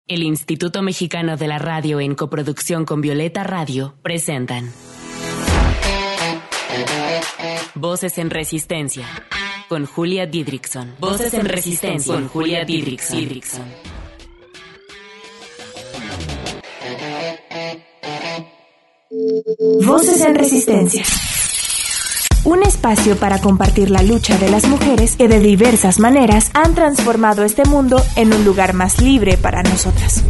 El Instituto Mexicano de la Radio, en coproducción con Violeta Radio, presentan Voces en Resistencia, con Julia Didrikson. Voces en Resistencia, con Julia Didrikson. Voces en Resistencia. Un espacio para compartir la lucha de las mujeres que de diversas maneras han transformado este mundo en un lugar más libre para nosotras.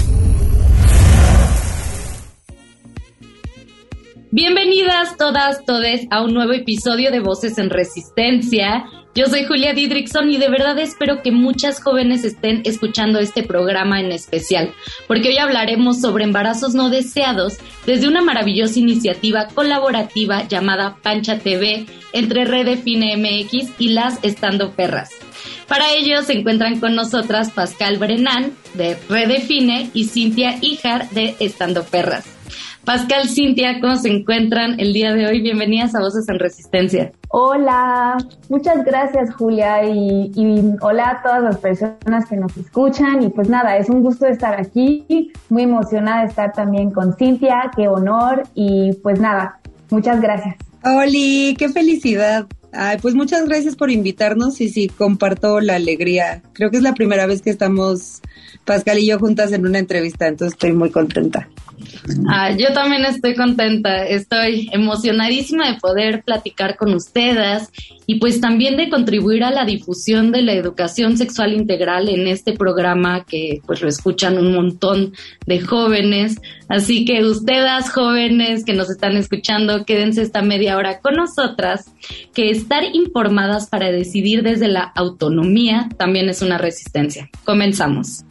Bienvenidas todes a un nuevo episodio de Voces en Resistencia. Yo soy Julia Didrikson y de verdad espero que muchas jóvenes estén escuchando este programa en especial, porque hoy hablaremos sobre embarazos no deseados desde una maravillosa iniciativa colaborativa llamada Pancha TV entre Redefine MX y las Estandoperras. Para ello se encuentran con nosotras Pascal Brennan de Redefine y Cintia Híjar de Estandoperras. Pascal, Cintia, ¿cómo se encuentran el día de hoy? Bienvenidas a Voces en Resistencia. Hola, muchas gracias Julia y hola a todas las personas que nos escuchan y pues nada, es un gusto estar aquí, muy emocionada de estar también con Cintia, qué honor y pues nada, muchas gracias. Oli, qué felicidad. Ay, pues muchas gracias por invitarnos y sí, comparto la alegría. Creo que es la primera vez que estamos Pascal y yo juntas en una entrevista, entonces estoy muy contenta. Yo también estoy contenta, estoy emocionadísima de poder platicar con ustedes y pues también de contribuir a la difusión de la educación sexual integral en este programa que pues lo escuchan un montón de jóvenes, así que ustedes jóvenes que nos están escuchando, quédense esta media hora con nosotras, que estar informadas para decidir desde la autonomía también es una resistencia. Comenzamos.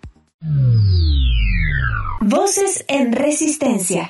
Voces en Resistencia.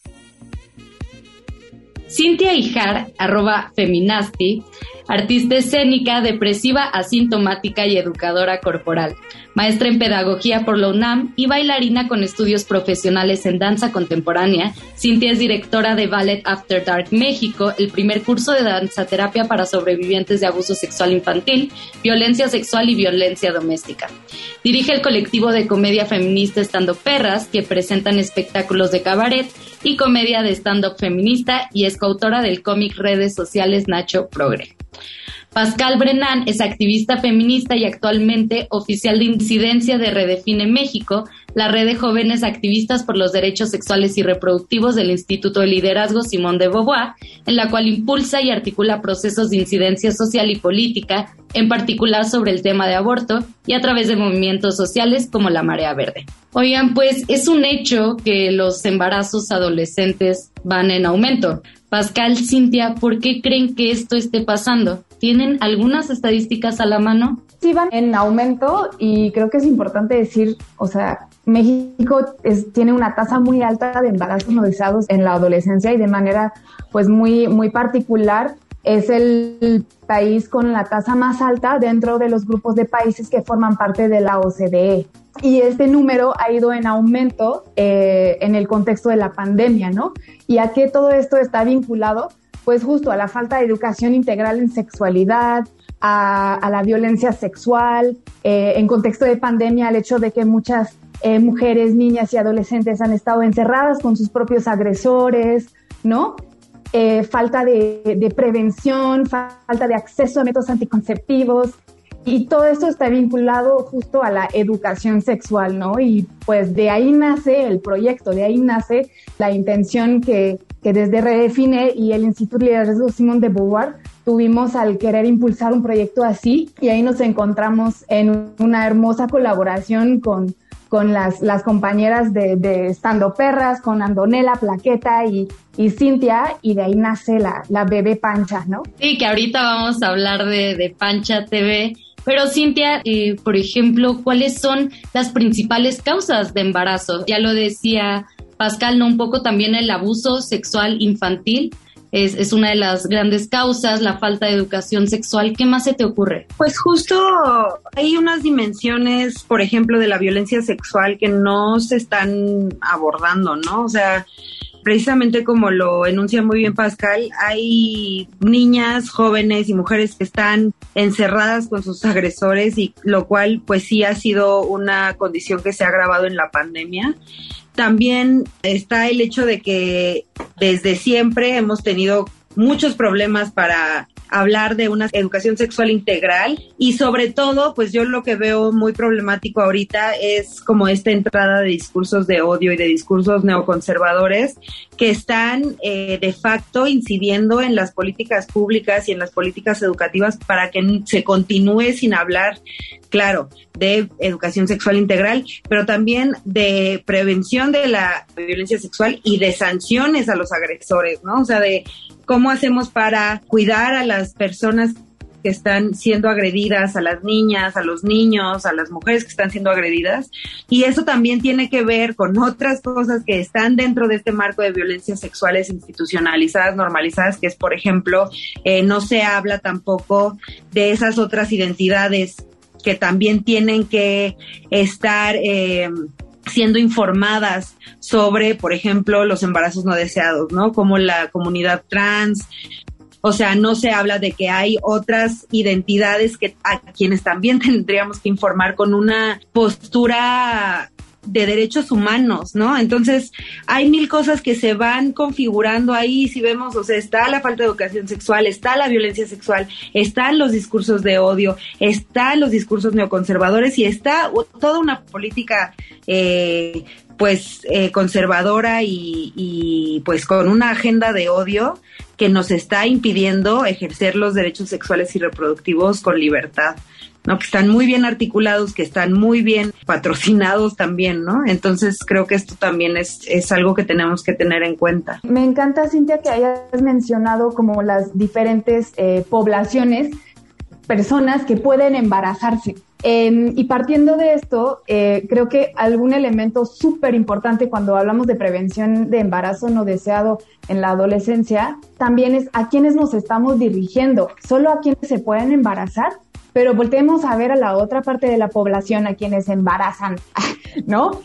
Cintia Híjar, @feminasti, artista escénica, depresiva, asintomática y educadora corporal, maestra en pedagogía por la UNAM y bailarina con estudios profesionales en danza contemporánea. Cintia es directora de Ballet After Dark México, el primer curso de danzaterapia para sobrevivientes de abuso sexual infantil, violencia sexual y violencia doméstica. Dirige el colectivo de comedia feminista Estandoperras, que presentan espectáculos de cabaret y comedia de stand-up feminista, y es coautora del cómic Redes Sociales Nacho Progre. Pascal Brennan es activista feminista y actualmente oficial de incidencia de Redefine México, la red de jóvenes activistas por los derechos sexuales y reproductivos del Instituto de Liderazgo Simone de Beauvoir, en la cual impulsa y articula procesos de incidencia social y política, en particular sobre el tema de aborto y a través de movimientos sociales como la Marea Verde. Oigan, pues es un hecho que los embarazos adolescentes van en aumento. Pascal, Cintia, ¿por qué creen que esto esté pasando? ¿Tienen algunas estadísticas a la mano? Sí, van en aumento y creo que es importante decir, o sea, México tiene una tasa muy alta de embarazos no deseados en la adolescencia y de manera pues muy particular. Es el país con la tasa más alta dentro de los grupos de países que forman parte de la OCDE. Y este número ha ido en aumento en el contexto de la pandemia, ¿no? ¿Y a qué todo esto está vinculado? Pues justo a la falta de educación integral en sexualidad, a la violencia sexual, en contexto de pandemia, al hecho de que muchas mujeres, niñas y adolescentes han estado encerradas con sus propios agresores, ¿no? Falta de prevención, falta de acceso a métodos anticonceptivos, y todo esto está vinculado justo a la educación sexual, ¿no? Y pues de ahí nace el proyecto, de ahí nace la intención que desde Redefine y el Instituto de Liderazgo Simone de Beauvoir tuvimos al querer impulsar un proyecto así, y ahí nos encontramos en una hermosa colaboración con las compañeras de Estandoperras, con Andonela, Plaqueta y Cintia, y de ahí nace la bebé Pancha, ¿no? Sí, que ahorita vamos a hablar de Pancha TV. Pero Cintia, por ejemplo, ¿cuáles son las principales causas de embarazo? Ya lo decía Pascal, ¿no? Un poco también el abuso sexual infantil es una de las grandes causas, la falta de educación sexual. ¿Qué más se te ocurre? Pues justo hay unas dimensiones, por ejemplo, de la violencia sexual que no se están abordando, ¿no? O sea, precisamente como lo enuncia muy bien Pascal, hay niñas, jóvenes y mujeres que están encerradas con sus agresores, y lo cual pues sí ha sido una condición que se ha agravado en la pandemia. También está el hecho de que desde siempre hemos tenido muchos problemas para hablar de una educación sexual integral, y sobre todo, pues yo lo que veo muy problemático ahorita es como esta entrada de discursos de odio y de discursos neoconservadores que están de facto incidiendo en las políticas públicas y en las políticas educativas para que se continúe sin hablar, claro, de educación sexual integral, pero también de prevención de la violencia sexual y de sanciones a los agresores, ¿no? O sea, de cómo hacemos para cuidar a las personas que están siendo agredidas, a las niñas, a los niños, a las mujeres que están siendo agredidas. Y eso también tiene que ver con otras cosas que están dentro de este marco de violencias sexuales institucionalizadas, normalizadas, que es, por ejemplo, no se habla tampoco de esas otras identidades que también tienen que estar siendo informadas sobre, por ejemplo, los embarazos no deseados, ¿no? Como la comunidad trans. O sea, no se habla de que hay otras identidades a quienes también tendríamos que informar con una postura de derechos humanos, ¿no? Entonces, hay mil cosas que se van configurando ahí. Si vemos, o sea, está la falta de educación sexual, está la violencia sexual, están los discursos de odio, están los discursos neoconservadores y está toda una política conservadora y pues con una agenda de odio que nos está impidiendo ejercer los derechos sexuales y reproductivos con libertad, ¿no? Que están muy bien articulados, que están muy bien patrocinados también, ¿no? Entonces creo que esto también es algo que tenemos que tener en cuenta. Me encanta, Cintia, que hayas mencionado como las diferentes poblaciones, personas que pueden embarazarse. Y partiendo de esto, creo que algún elemento súper importante cuando hablamos de prevención de embarazo no deseado en la adolescencia, también es a quiénes nos estamos dirigiendo. ¿Solo a quienes se pueden embarazar? Pero volteemos a ver a la otra parte de la población, a quienes embarazan, ¿no?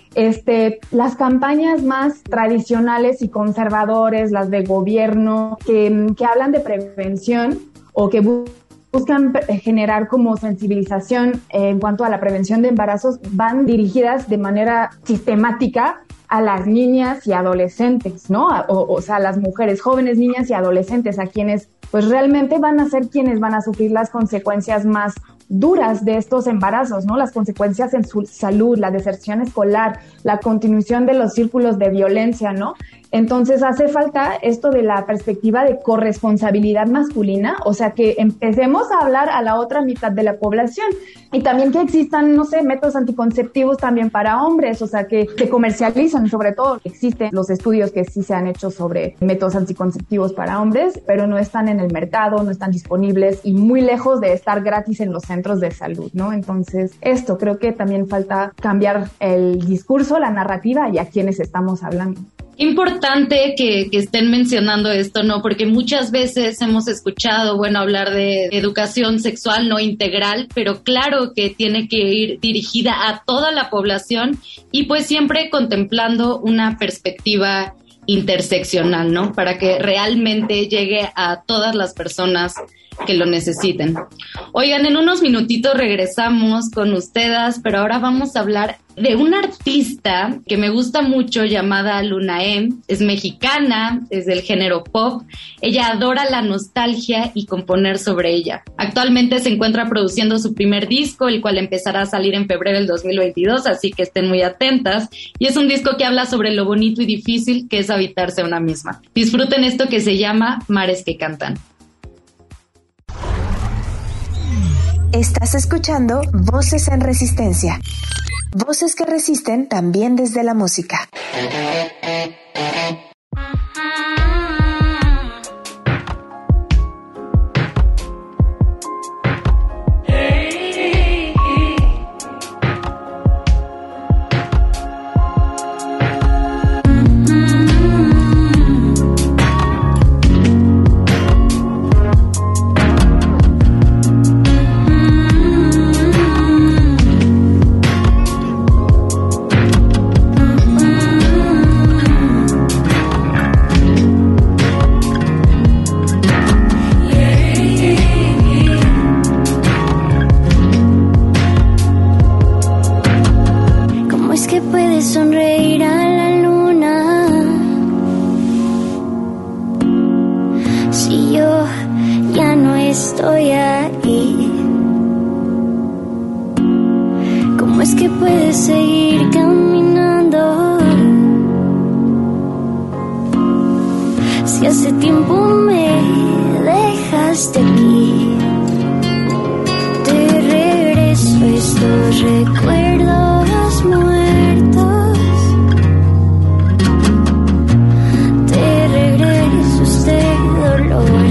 Las campañas más tradicionales y conservadores, las de gobierno, que hablan de prevención o que buscan generar como sensibilización en cuanto a la prevención de embarazos, van dirigidas de manera sistemática a las niñas y adolescentes, ¿no? O sea, a las mujeres jóvenes, niñas y adolescentes, a quienes pues realmente van a ser quienes van a sufrir las consecuencias más duras de estos embarazos, ¿no? Las consecuencias en su salud, la deserción escolar, la continuación de los círculos de violencia, ¿no? Entonces hace falta esto de la perspectiva de corresponsabilidad masculina, o sea, que empecemos a hablar a la otra mitad de la población y también que existan, no sé, métodos anticonceptivos también para hombres, o sea, que se comercializan, sobre todo existen los estudios que sí se han hecho sobre métodos anticonceptivos para hombres, pero no están en el mercado, no están disponibles y muy lejos de estar gratis en los centros de salud, ¿no? Entonces, esto creo que también falta cambiar el discurso, la narrativa y a quienes estamos hablando. Importante que estén mencionando esto, ¿no? Porque muchas veces hemos escuchado, bueno, hablar de educación sexual no integral, pero claro que tiene que ir dirigida a toda la población y pues siempre contemplando una perspectiva interseccional, ¿no? Para que realmente llegue a todas las personas que lo necesiten. Oigan, en unos minutitos regresamos con ustedes, pero ahora vamos a hablar de una artista que me gusta mucho llamada Luna M. Es mexicana, es del género pop. Ella adora la nostalgia y componer sobre ella. Actualmente se encuentra produciendo su primer disco, el cual empezará a salir en febrero del 2022, así que estén muy atentas. Y es un disco que habla sobre lo bonito y difícil que es habitarse a una misma. Disfruten esto que se llama Mares que Cantan. Estás escuchando Voces en Resistencia. Voces que resisten también desde la música. puede sonreír a la luna si yo ya no estoy ahí? ¿Cómo es que puedes seguir caminando si hace tiempo me dejaste aquí? Te regreso estos recuerdos muertos, te regreso este dolor,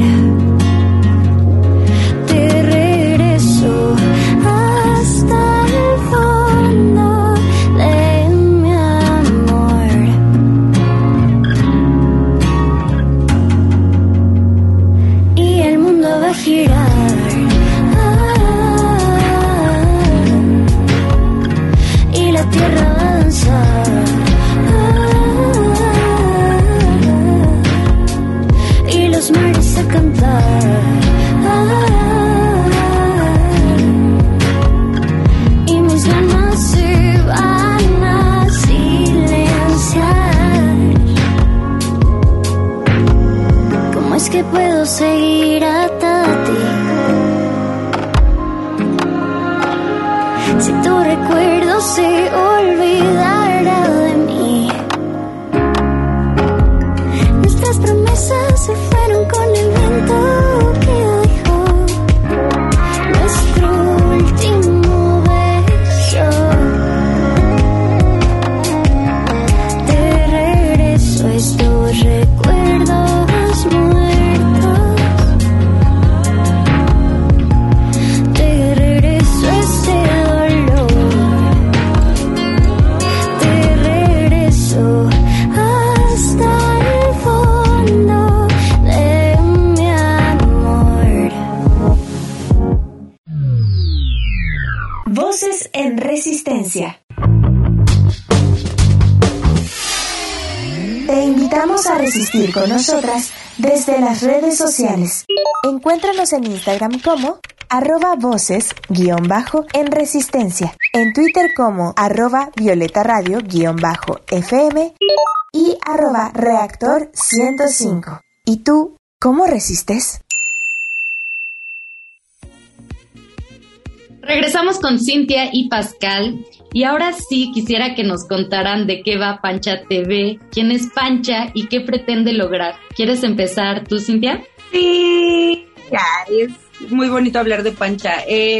te regreso hasta el fondo de mi amor. Y el mundo va a girar, y la tierra va a danzar, y los mares a cantar, y mis ganas se van a silenciar. ¿Cómo es que puedo seguir atada a ti si tu recuerdo se olvidará de mí? Nuestras promesas se fueron con el viento que dejó nuestro último beso. Te regreso estos recuerdos muertos, te regreso este dolor, te regreso hasta el fondo de mi amor. Voces en Resistencia. Te invitamos a resistir con nosotras desde las redes sociales. Encuéntranos en Instagram como @voces_en-resistencia, en Twitter como @violetaradio_fm y @reactor105. ¿Y tú, cómo resistes? Regresamos con Cintia y Pascal, y ahora sí quisiera que nos contaran de qué va Pancha TV, quién es Pancha y qué pretende lograr. ¿Quieres empezar tú, Cintia? Sí, ya, es muy bonito hablar de Pancha.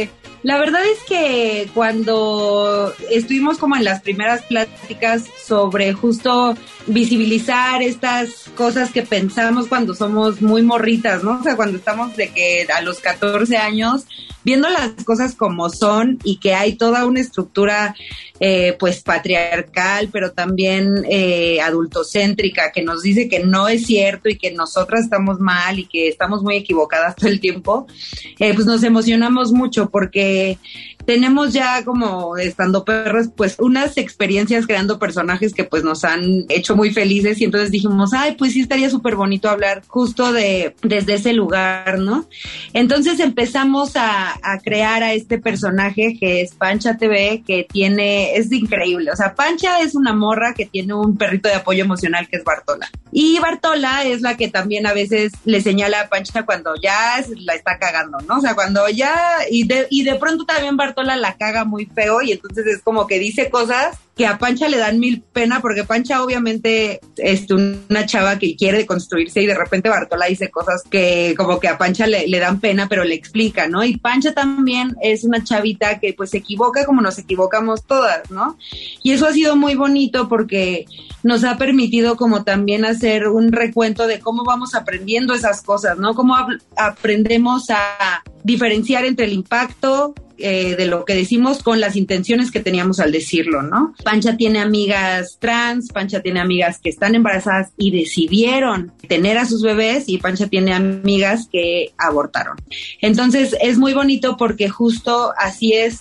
La verdad es que cuando estuvimos como en las primeras pláticas sobre justo visibilizar estas cosas que pensamos cuando somos muy morritas, ¿no? O sea, cuando estamos de que a los 14 años, viendo las cosas como son y que hay toda una estructura pues patriarcal, pero también adultocéntrica, que nos dice que no es cierto y que nosotras estamos mal y que estamos muy equivocadas todo el tiempo, pues nos emocionamos mucho porque tenemos ya como estando perros, pues unas experiencias creando personajes que pues nos han hecho muy felices, y entonces dijimos, ay, pues sí estaría súper bonito hablar justo desde ese lugar, ¿no? Entonces empezamos a crear a este personaje que es Pancha TV, que es increíble, o sea, Pancha es una morra que tiene un perrito de apoyo emocional que es Bartola, y Bartola es la que también a veces le señala a Pancha cuando ya la está cagando, ¿no? O sea, cuando ya, y de pronto también Bartola la caga muy feo, y entonces es como que dice cosas que a Pancha le dan mil pena, porque Pancha obviamente es una chava que quiere deconstruirse, y de repente Bartola dice cosas que como que a Pancha le dan pena, pero le explica, ¿no? Y Pancha también es una chavita que pues se equivoca como nos equivocamos todas, ¿no? Y eso ha sido muy bonito porque nos ha permitido como también hacer un recuento de cómo vamos aprendiendo esas cosas, ¿no? Cómo aprendemos a diferenciar entre el impacto de lo que decimos con las intenciones que teníamos al decirlo, ¿no? Pancha tiene amigas trans, Pancha tiene amigas que están embarazadas y decidieron tener a sus bebés, y Pancha tiene amigas que abortaron. Entonces es muy bonito porque justo así es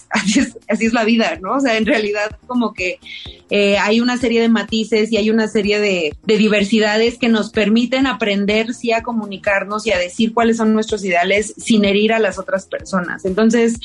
la vida, ¿no? O sea, en realidad como que hay una serie de matices y hay una serie de diversidades que nos permiten aprender sí a comunicarnos y a decir cuáles son nuestros ideales sin herir a las otras personas. Entonces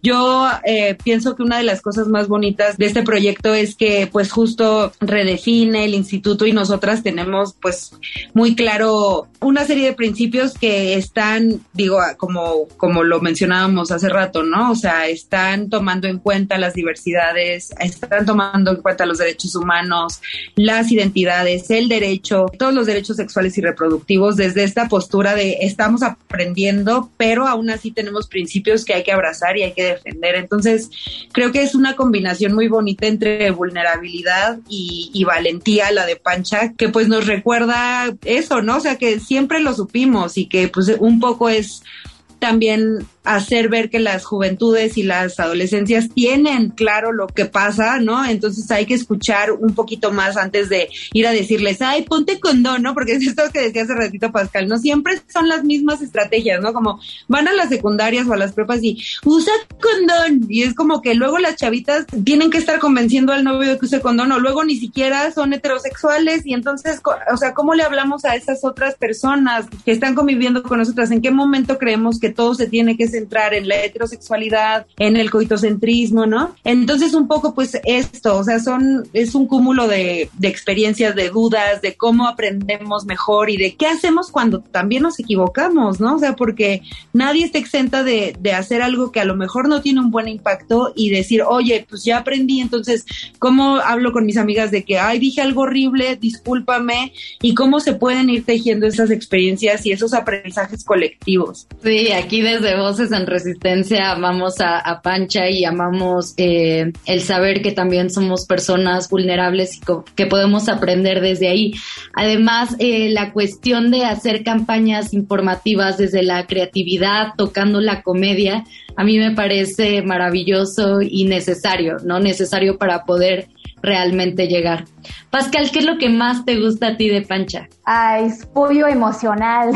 Yo pienso que una de las cosas más bonitas de este proyecto es que pues justo redefine el instituto y nosotras tenemos pues muy claro una serie de principios que están, digo, como lo mencionábamos hace rato, ¿no? O sea, están tomando en cuenta las diversidades, están tomando en cuenta los derechos humanos, las identidades, el derecho, todos los derechos sexuales y reproductivos desde esta postura de estamos aprendiendo, pero aún así tenemos principios que hay que abrazar y hay que defender. Entonces, creo que es una combinación muy bonita entre vulnerabilidad y valentía, la de Pancha, que pues nos recuerda eso, ¿no? O sea, que siempre lo supimos y que pues un poco es también hacer ver que las juventudes y las adolescencias tienen claro lo que pasa, ¿no? Entonces hay que escuchar un poquito más antes de ir a decirles, ay, ponte condón, ¿no? Porque es esto que decía hace ratito Pascal, ¿no? Siempre son las mismas estrategias, ¿no? Como van a las secundarias o a las prepas y usa condón, y es como que luego las chavitas tienen que estar convenciendo al novio de que use condón, o luego ni siquiera son heterosexuales, y entonces, o sea, ¿cómo le hablamos a esas otras personas que están conviviendo con nosotras? ¿En qué momento creemos que todo se tiene que centrar en la heterosexualidad, en el coitocentrismo, ¿no? Entonces un poco pues esto, o sea, es un cúmulo de experiencias, de dudas, de cómo aprendemos mejor y de qué hacemos cuando también nos equivocamos, ¿no? O sea, porque nadie está exenta de hacer algo que a lo mejor no tiene un buen impacto y decir, oye, pues ya aprendí, entonces, ¿cómo hablo con mis amigas de que, ay, dije algo horrible, discúlpame? Y cómo se pueden ir tejiendo esas experiencias y esos aprendizajes colectivos. Sí, aquí desde Voces en Resistencia amamos a Pancha y amamos el saber que también somos personas vulnerables y que podemos aprender desde ahí. Además, la cuestión de hacer campañas informativas desde la creatividad, tocando la comedia, a mí me parece maravilloso y necesario, ¿no? Necesario para poder realmente llegar. Pascal, ¿qué es lo que más te gusta a ti de Pancha? Ay, es pollo emocional.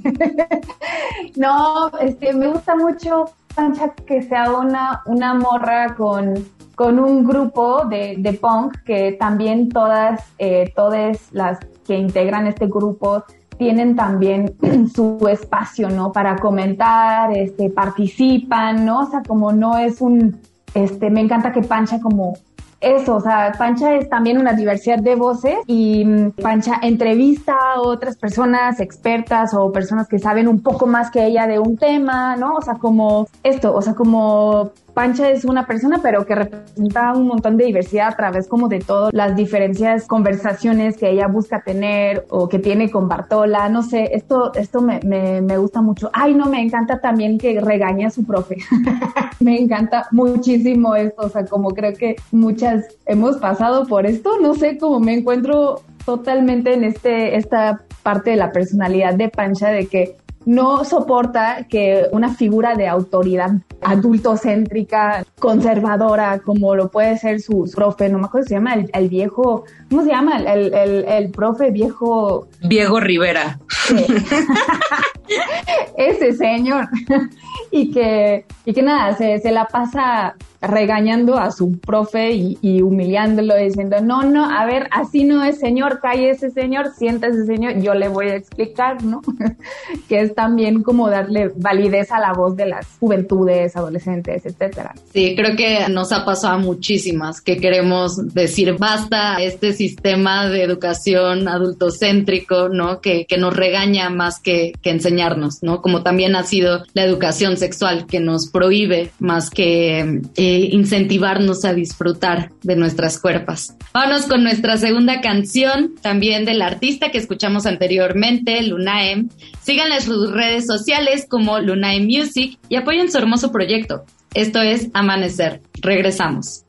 No, me gusta mucho Pancha que sea una morra con un grupo de punk que también todas las que integran este grupo tienen también su espacio, ¿no? Para comentar, participan, ¿no? O sea, como no es me encanta que Pancha como eso, o sea, Pancha es también una diversidad de voces y Pancha entrevista a otras personas expertas o personas que saben un poco más que ella de un tema, ¿no? O sea, como esto, o sea, como Pancha es una persona, pero que representa un montón de diversidad a través como de todas las diferentes conversaciones que ella busca tener o que tiene con Bartola, no sé, esto me gusta mucho. Ay, no, me encanta también que regaña a su profe. Me encanta muchísimo esto, o sea, como creo que muchas hemos pasado por esto, no sé, como me encuentro totalmente en esta parte de la personalidad de Pancha, de que no soporta que una figura de autoridad adultocéntrica, conservadora, como lo puede ser su profe, no me acuerdo, se llama el viejo, ¿cómo se llama? El profe viejo... Diego Rivera. Sí. Ese señor. Y que nada, se la pasa regañando a su profe y humillándolo, diciendo, no, a ver, así no es, señor, cállese, señor, siéntese, señor, yo le voy a explicar, ¿no? Que es también como darle validez a la voz de las juventudes, adolescentes, etcétera. Sí, creo que nos ha pasado a muchísimas que queremos decir basta a este sistema de educación adultocéntrico, ¿no? Que nos regaña más que enseñarnos, ¿no? Como también ha sido la educación sexual, que nos prohíbe más que incentivarnos a disfrutar de nuestras cuerpos. Vámonos con nuestra segunda canción, también del artista que escuchamos anteriormente, Lunae. Síganla en sus redes sociales como Lunae Music y apoyen su hermoso proyecto. Esto es Amanecer. Regresamos.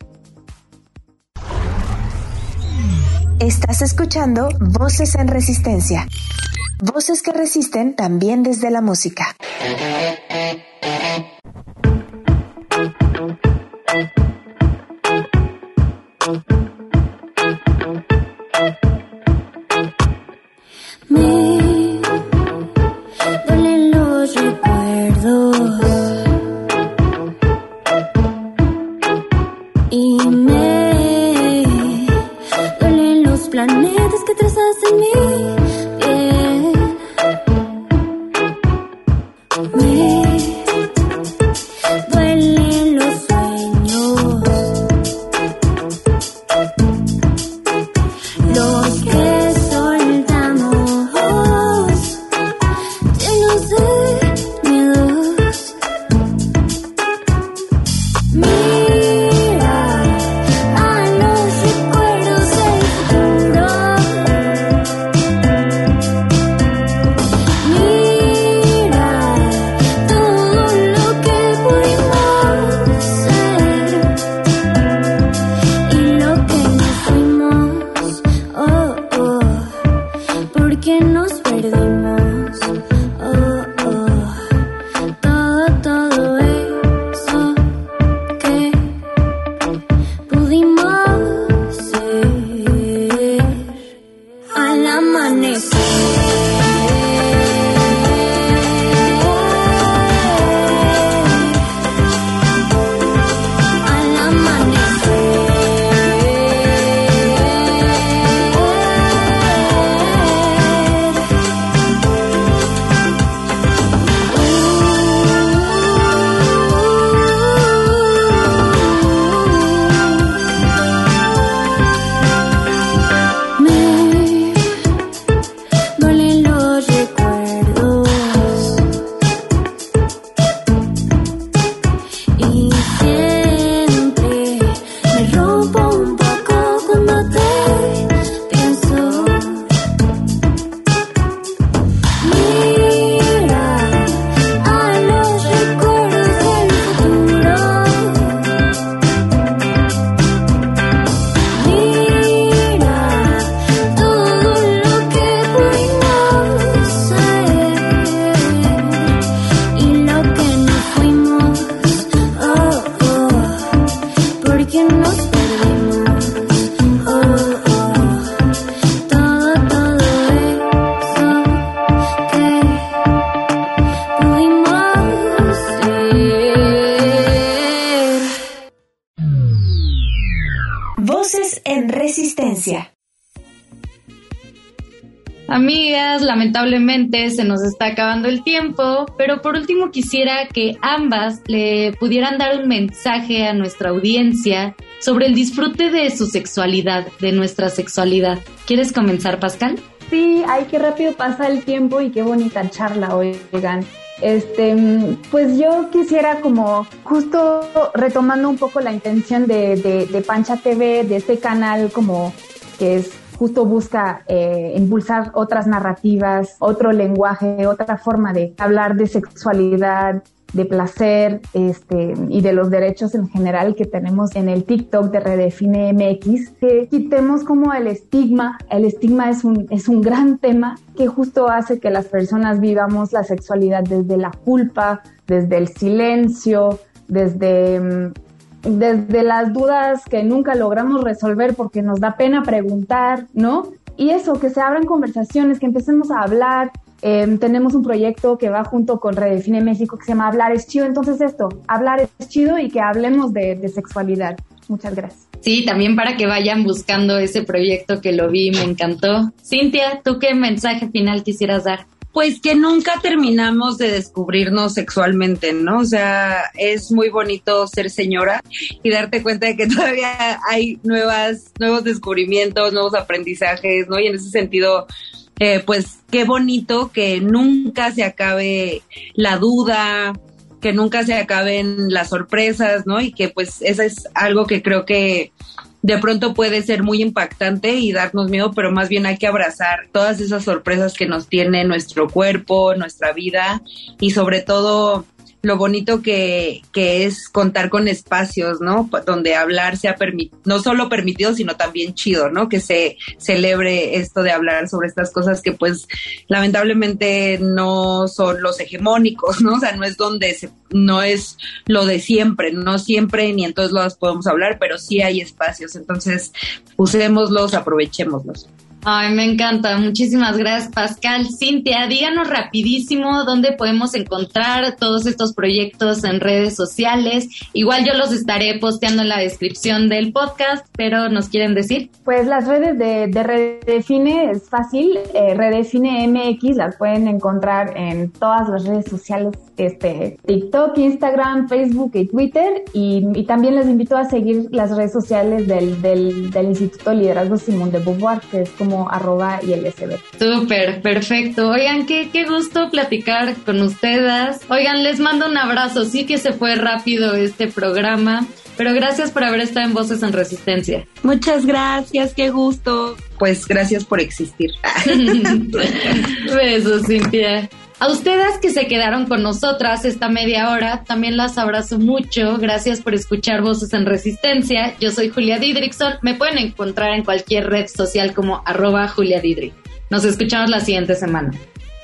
Estás escuchando Voces en Resistencia. Voces que resisten también desde la música. Me duelen los recuerdos y me duelen los planetas que trazas en mi piel. Me duelen los Resistencia. Amigas, lamentablemente se nos está acabando el tiempo, pero por último quisiera que ambas le pudieran dar un mensaje a nuestra audiencia sobre el disfrute de su sexualidad, de nuestra sexualidad. ¿Quieres comenzar, Pascal? Sí, ay, qué rápido pasa el tiempo y qué bonita charla, oigan. Pues yo quisiera como justo retomando un poco la intención de Pancha TV, de este canal como que es justo busca impulsar otras narrativas, otro lenguaje, otra forma de hablar de sexualidad, de placer, y de los derechos en general que tenemos en el TikTok de Redefine MX, que quitemos como el estigma. El estigma es un gran tema que justo hace que las personas vivamos la sexualidad desde la culpa, desde el silencio, desde las dudas que nunca logramos resolver porque nos da pena preguntar, ¿no? Y eso, que se abran conversaciones, que empecemos a hablar. Tenemos un proyecto que va junto con Redefine México que se llama Hablar es Chido. Entonces hablar es chido y que hablemos de sexualidad. Muchas gracias. Sí, también para que vayan buscando ese proyecto que lo vi, me encantó. Cintia, ¿tú qué mensaje final quisieras dar? Pues que nunca terminamos de descubrirnos sexualmente, ¿no? O sea, es muy bonito ser señora y darte cuenta de que todavía hay nuevos descubrimientos, nuevos aprendizajes, ¿no? Y en ese sentido, pues qué bonito que nunca se acabe la duda, que nunca se acaben las sorpresas, ¿no? Y que pues eso es algo que creo que de pronto puede ser muy impactante y darnos miedo, pero más bien hay que abrazar todas esas sorpresas que nos tiene nuestro cuerpo, nuestra vida y sobre todo lo bonito que es contar con espacios, ¿no? Donde hablar sea no solo permitido, sino también chido, ¿no? Que se celebre esto de hablar sobre estas cosas que pues lamentablemente no son los hegemónicos, ¿no? O sea, no es lo de siempre, no siempre ni en todos lados podemos hablar, pero sí hay espacios, entonces usémoslos, aprovechémoslos. Ay, me encanta. Muchísimas gracias, Pascal. Cintia, díganos rapidísimo dónde podemos encontrar todos estos proyectos en redes sociales. Igual yo los estaré posteando en la descripción del podcast, pero ¿nos quieren decir? Pues las redes de Redefine es fácil. Redefine MX las pueden encontrar en todas las redes sociales, TikTok, Instagram, Facebook y Twitter. Y también les invito a seguir las redes sociales del Instituto de Liderazgo Simone de Beauvoir, que es como @ILSB. Súper, perfecto. Oigan, qué gusto platicar con ustedes. Oigan, les mando un abrazo. Sí que se fue rápido este programa, pero gracias por haber estado en Voces en Resistencia. Muchas gracias, qué gusto. Pues gracias por existir. Besos, Cintia. A ustedes que se quedaron con nosotras esta media hora, también las abrazo mucho. Gracias por escuchar Voces en Resistencia. Yo soy Julia Didrickson. Me pueden encontrar en cualquier red social como @JuliaDidrick. Nos escuchamos la siguiente semana.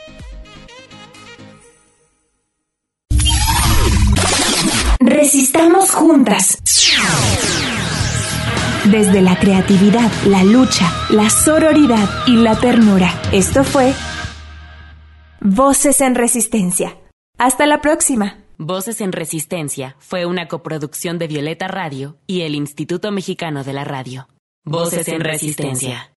Resistamos juntas. Desde la creatividad, la lucha, la sororidad y la ternura. Esto fue Voces en Resistencia. Hasta la próxima. Voces en Resistencia fue una coproducción de Violeta Radio y el Instituto Mexicano de la Radio. Voces en Resistencia.